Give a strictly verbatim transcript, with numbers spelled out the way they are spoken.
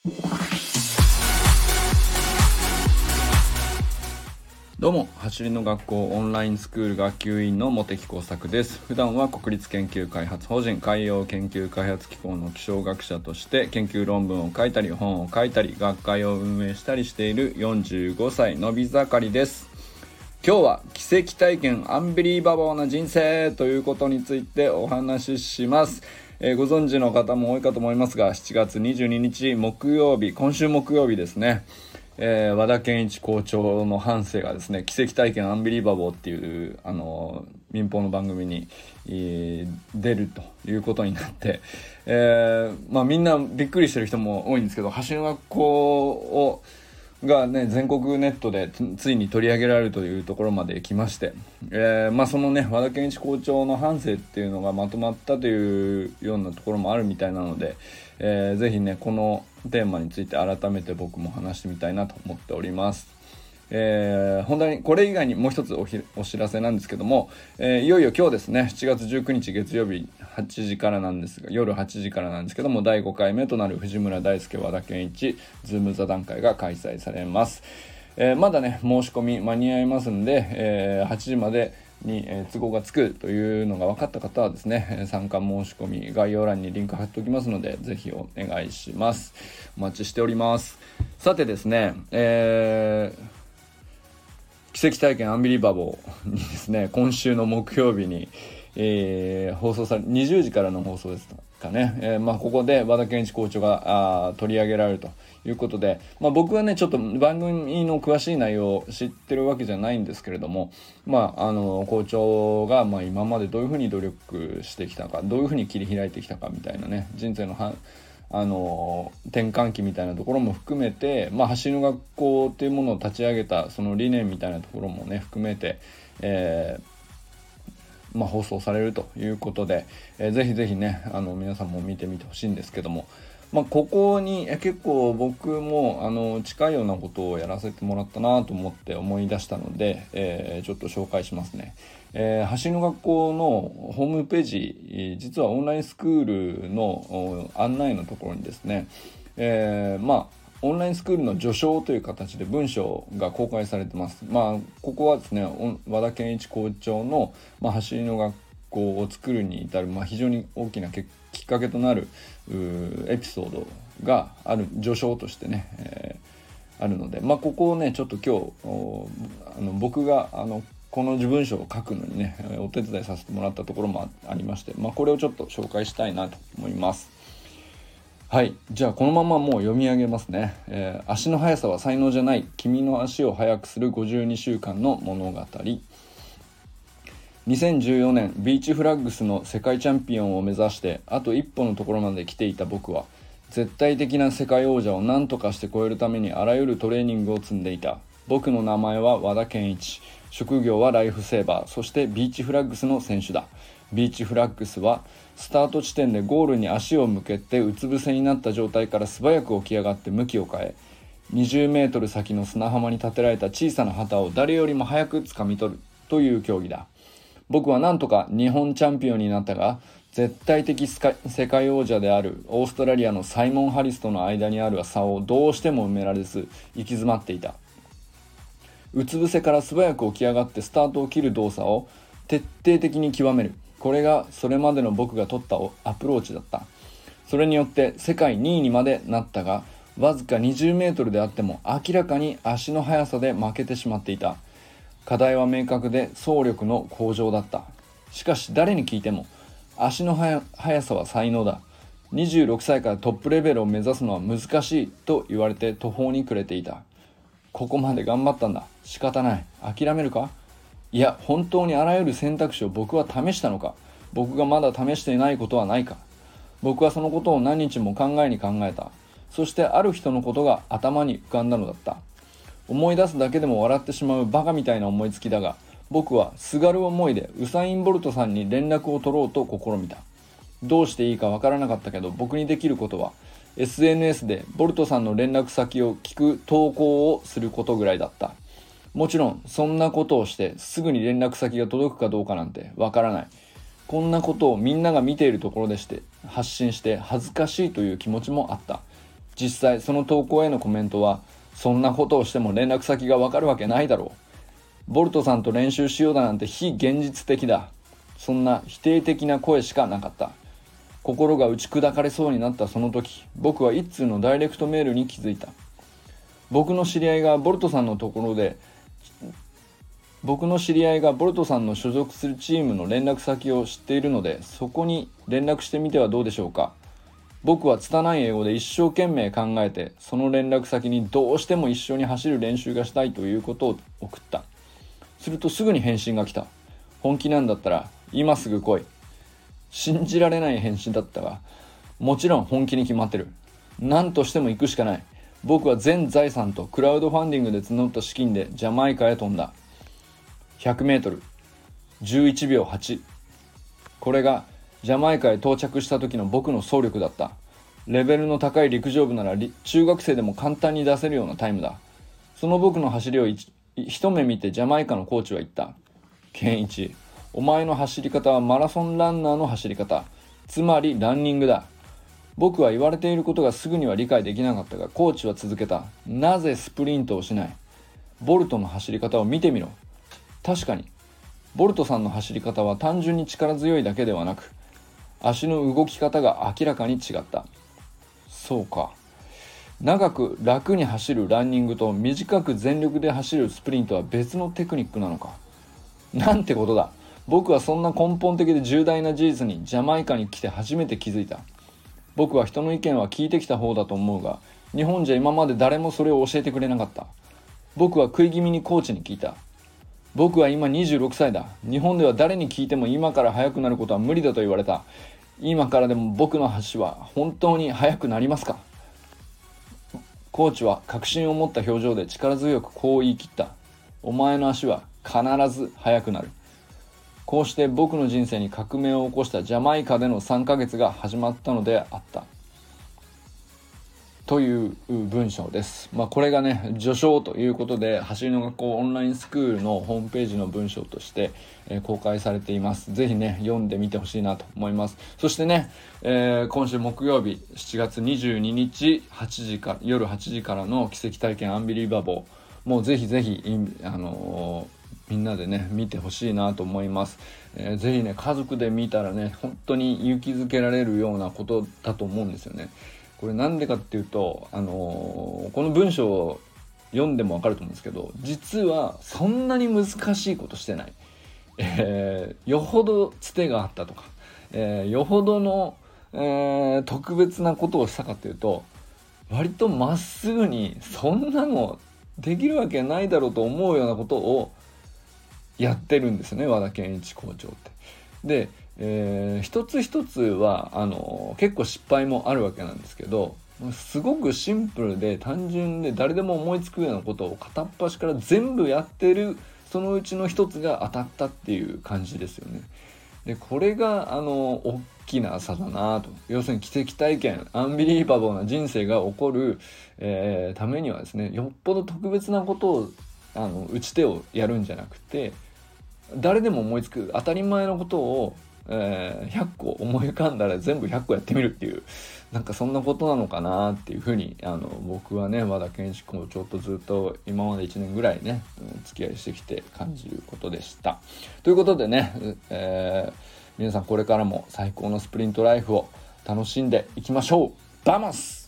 どうも、走りの学校オンラインスクール学級委員の茂木耕作です。普段は国立研究開発法人海洋研究開発機構の気象学者として研究論文を書いたり本を書いたり学会を運営したりしているよんじゅうごさいのび盛りです。今日は奇跡体験アンビリーバボーな人生ということについてお話しします。えー、ご存知の方も多いかと思いますが、しちがつにじゅうににち木曜日、今週木曜日ですね、えー、和田健一校長の半生がですね、奇跡体験アンビリーバボーっていうあの民放の番組に、えー、出るということになって、えーまあ、みんなびっくりしてる人も多いんですけど、走る学校をがね、全国ネットで つ, ついに取り上げられるというところまで来まして、えーまあ、そのね和田健一校長の半生っていうのがまとまったというようなところもあるみたいなので、えー、ぜひねこのテーマについて改めて僕も話してみたいなと思っております。えー、本当にこれ以外にもう一つ お, ひお知らせなんですけども、えー、いよいよ今日ですねしちがつじゅうくにち月曜日はちじからなんですが夜はちじからなんですけども、だいごかいめとなる藤村大輔和田健一ズーム座談会が開催されます。えー、まだね申し込み間に合いますんで、えー、はちじまでに、えー、都合がつくというのが分かった方はですね、参加申し込み概要欄にリンク貼っておきますのでぜひお願いします。お待ちしております。さてですね、えー奇跡体験アンビリバボーにですね、今週の木曜日に、えー、放送されにじゅうじからの放送ですかね、えーまあ、ここで和田健一校長があ取り上げられるということで、まあ、僕はねちょっと番組の詳しい内容を知ってるわけじゃないんですけれども、まあ、あの校長がまあ今までどういうふうに努力してきたか、どういうふうに切り開いてきたかみたいなね、人生のはあの転換期みたいなところも含めて、まあ、走りの学校っていうものを立ち上げたその理念みたいなところもね含めて、えーまあ、放送されるということで、えー、ぜひぜひねあの皆さんも見てみてほしいんですけども、まあ、ここにえ結構僕もあの近いようなことをやらせてもらったなと思って思い出したので、えー、ちょっと紹介しますね。えー、走りの学校のホームページ、実はオンラインスクールの案内のところにですね、えー、まあオンラインスクールの序章という形で文章が公開されてます。まあここはですね和田健一校長の、まあ、走りの学校を作るに至る、まあ、非常に大きなきっかけとなるエピソードがある序章としてね、えー、あるので、まあ、ここをねちょっと今日あの僕があのこの文章を書くのにねお手伝いさせてもらったところもありまして、まあ、これをちょっと紹介したいなと思います。はい、じゃあこのままもう読み上げますね。えー、足の速さは才能じゃない、君の足を速くするごじゅうにしゅうかんの物語。にせんじゅうよねんビーチフラッグスの世界チャンピオンを目指してあと一歩のところまで来ていた僕は、絶対的な世界王者を何とかして超えるためにあらゆるトレーニングを積んでいた。僕の名前は和田健一、職業はライフセーバー、そしてビーチフラッグスの選手だ。ビーチフラッグスはスタート地点でゴールに足を向けてうつ伏せになった状態から素早く起き上がって向きを変え、にじゅうメートル先の砂浜に立てられた小さな旗を誰よりも早く掴み取るという競技だ。僕はなんとか日本チャンピオンになったが、絶対的世界王者であるオーストラリアのサイモン・ハリスとの間にある差をどうしても埋められず行き詰まっていた。うつ伏せから素早く起き上がってスタートを切る動作を徹底的に極める。これがそれまでの僕が取ったアプローチだった。それによって世界にいにまでなったが、わずかにじゅうメートルであっても明らかに足の速さで負けてしまっていた。課題は明確で走力の向上だった。しかし誰に聞いても足の速さは才能だ、にじゅうろくさいからトップレベルを目指すのは難しいと言われて途方に暮れていた。ここまで頑張ったんだ、仕方ない、諦めるか。いや、本当にあらゆる選択肢を僕は試したのか。僕がまだ試していないことはないか。僕はそのことを何日も考えに考えた。そしてある人のことが頭に浮かんだのだった。思い出すだけでも笑ってしまうバカみたいな思いつきだが、僕はすがる思いでウサイン・ボルトさんに連絡を取ろうと試みた。どうしていいかわからなかったけど、僕にできることは エスエヌエス でボルトさんの連絡先を聞く投稿をすることぐらいだった。もちろんそんなことをしてすぐに連絡先が届くかどうかなんてわからない。こんなことをみんなが見ているところでして発信して恥ずかしいという気持ちもあった。 実際その投稿へのコメントは、そんなことをしても連絡先がわかるわけないだろう、ボルトさんと練習しようだなんて非現実的だ、そんな否定的な声しかなかった。心が打ち砕かれそうになったその時、僕は一通のダイレクトメールに気づいた。僕の知り合いがボルトさんのところで僕の知り合いがボルトさんの所属するチームの連絡先を知っているので、そこに連絡してみてはどうでしょうか。僕は拙い英語で一生懸命考えて、その連絡先にどうしても一緒に走る練習がしたいということを送った。するとすぐに返信が来た。本気なんだったら今すぐ来い。信じられない返信だったが、もちろん本気に決まってる。何としても行くしかない。僕は全財産とクラウドファンディングで募った資金でジャマイカへ飛んだ。ひゃくメートルじゅういちびょうはち、これがジャマイカへ到着した時の僕の走力だった。レベルの高い陸上部なら中学生でも簡単に出せるようなタイムだ。その僕の走りを一目見てジャマイカのコーチは言った。健一、お前の走り方はマラソンランナーの走り方、つまりランニングだ。僕は言われていることがすぐには理解できなかったが、コーチは続けた。なぜスプリントをしない？ボルトの走り方を見てみろ。確かにボルトさんの走り方は単純に力強いだけではなく、足の動き方が明らかに違った。そうか、長く楽に走るランニングと短く全力で走るスプリントは別のテクニックなのか。なんてことだ。僕はそんな根本的で重大な事実にジャマイカに来て初めて気づいた。僕は人の意見は聞いてきた方だと思うが、日本じゃ今まで誰もそれを教えてくれなかった。僕は食い気味にコーチに聞いた。僕は今にじゅうろくさいだ。日本では誰に聞いても今から速くなることは無理だと言われた。今からでも僕の足は本当に速くなりますか？コーチは確信を持った表情で力強くこう言い切った。お前の足は必ず速くなる。こうして僕の人生に革命を起こしたジャマイカでのさんかげつが始まったのであった。という文章です。まあこれがね、序章ということで、走りの学校オンラインスクールのホームページの文章として、えー、公開されています。ぜひね、読んでみてほしいなと思います。そしてね、えー、今週木曜日しちがつにじゅうににちはちじから夜はちじからの奇跡体験アンビリーバボー、もうぜひぜひ、あのー、みんなでね見てほしいなと思います。えー、ぜひね、家族で見たらね、本当に勇気づけられるようなことだと思うんですよね。これなんでかっていうと、あのー、この文章を読んでも分かると思うんですけど、実はそんなに難しいことしてない、えー、よほどつてがあったとか、えー、よほどの、えー、特別なことをしたかっていうと、割とまっすぐにそんなのできるわけないだろうと思うようなことをやってるんですね、和田健一校長って。でえー、一つ一つはあの結構失敗もあるわけなんですけど、すごくシンプルで単純で誰でも思いつくようなことを片っ端から全部やってる、そのうちの一つが当たったっていう感じですよね。でこれがあの大きな差だなと。要するに奇跡体験、アンビリーバボーな人生が起こる、えー、ためにはですね、よっぽど特別なことをあの打ち手をやるんじゃなくて、誰でも思いつく当たり前のことをえー、ひゃっこ思い浮かんだら全部ひゃっこやってみるっていう、なんかそんなことなのかなっていうふうに、あの僕はね、和田健一校長とずっと今までいちねんぐらいね、付き合いしてきて感じることでした。ということでね、えー、皆さんこれからも最高のスプリントライフを楽しんでいきましょう。バモス！